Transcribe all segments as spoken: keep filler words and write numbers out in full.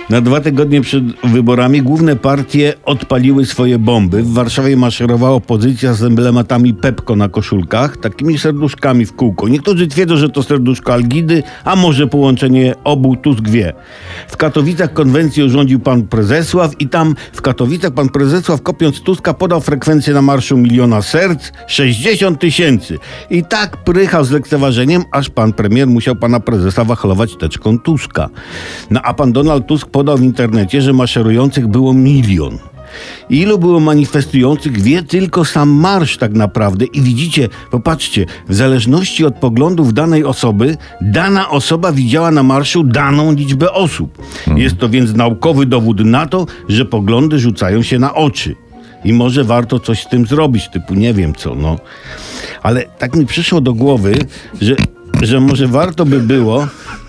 Na dwa tygodnie przed wyborami główne partie odpaliły swoje bomby. W Warszawie maszerowała opozycja z emblematami Pepko na koszulkach, takimi serduszkami w kółko. Niektórzy twierdzą, że to serduszko Algidy, a może połączenie obu, Tusk wie. W Katowicach konwencję urządził pan Prezesław i tam w Katowicach pan Prezesław, kopiąc Tuska, podał frekwencję na marszu miliona serc sześćdziesiąt tysięcy. I tak prychał z lekceważeniem, aż pan premier musiał pana prezesa wachlować teczką Tuska. No a pan Donald Tusk podał w internecie, że maszerujących było milion. Ilu było manifestujących, wie tylko sam marsz tak naprawdę. I widzicie, popatrzcie, w zależności od poglądów danej osoby, dana osoba widziała na marszu daną liczbę osób. Mhm. Jest to więc naukowy dowód na to, że poglądy rzucają się na oczy. I może warto coś z tym zrobić, typu nie wiem co, no. Ale tak mi przyszło do głowy, że, że może warto by było,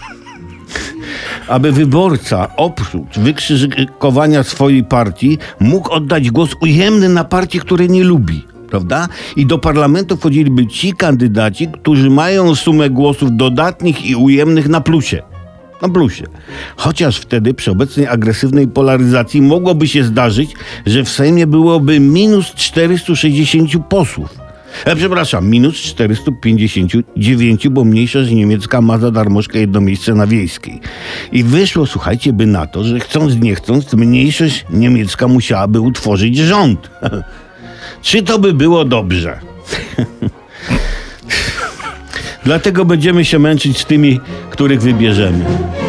aby wyborca oprócz wykrzyżowania swojej partii mógł oddać głos ujemny na partię, której nie lubi, prawda? I do parlamentu wchodziliby ci kandydaci, którzy mają sumę głosów dodatnich i ujemnych na plusie. Na plusie. Chociaż wtedy przy obecnej agresywnej polaryzacji mogłoby się zdarzyć, że w Sejmie byłoby minus czterystu sześćdziesięciu posłów. E, przepraszam, minus czterystu pięćdziesięciu dziewięciu, bo mniejszość niemiecka ma za darmożkę jedno miejsce na Wiejskiej. I wyszło, słuchajcie, by na to, że chcąc nie chcąc, mniejszość niemiecka musiałaby utworzyć rząd. Czy to by było dobrze? Dlatego będziemy się męczyć z tymi, których wybierzemy.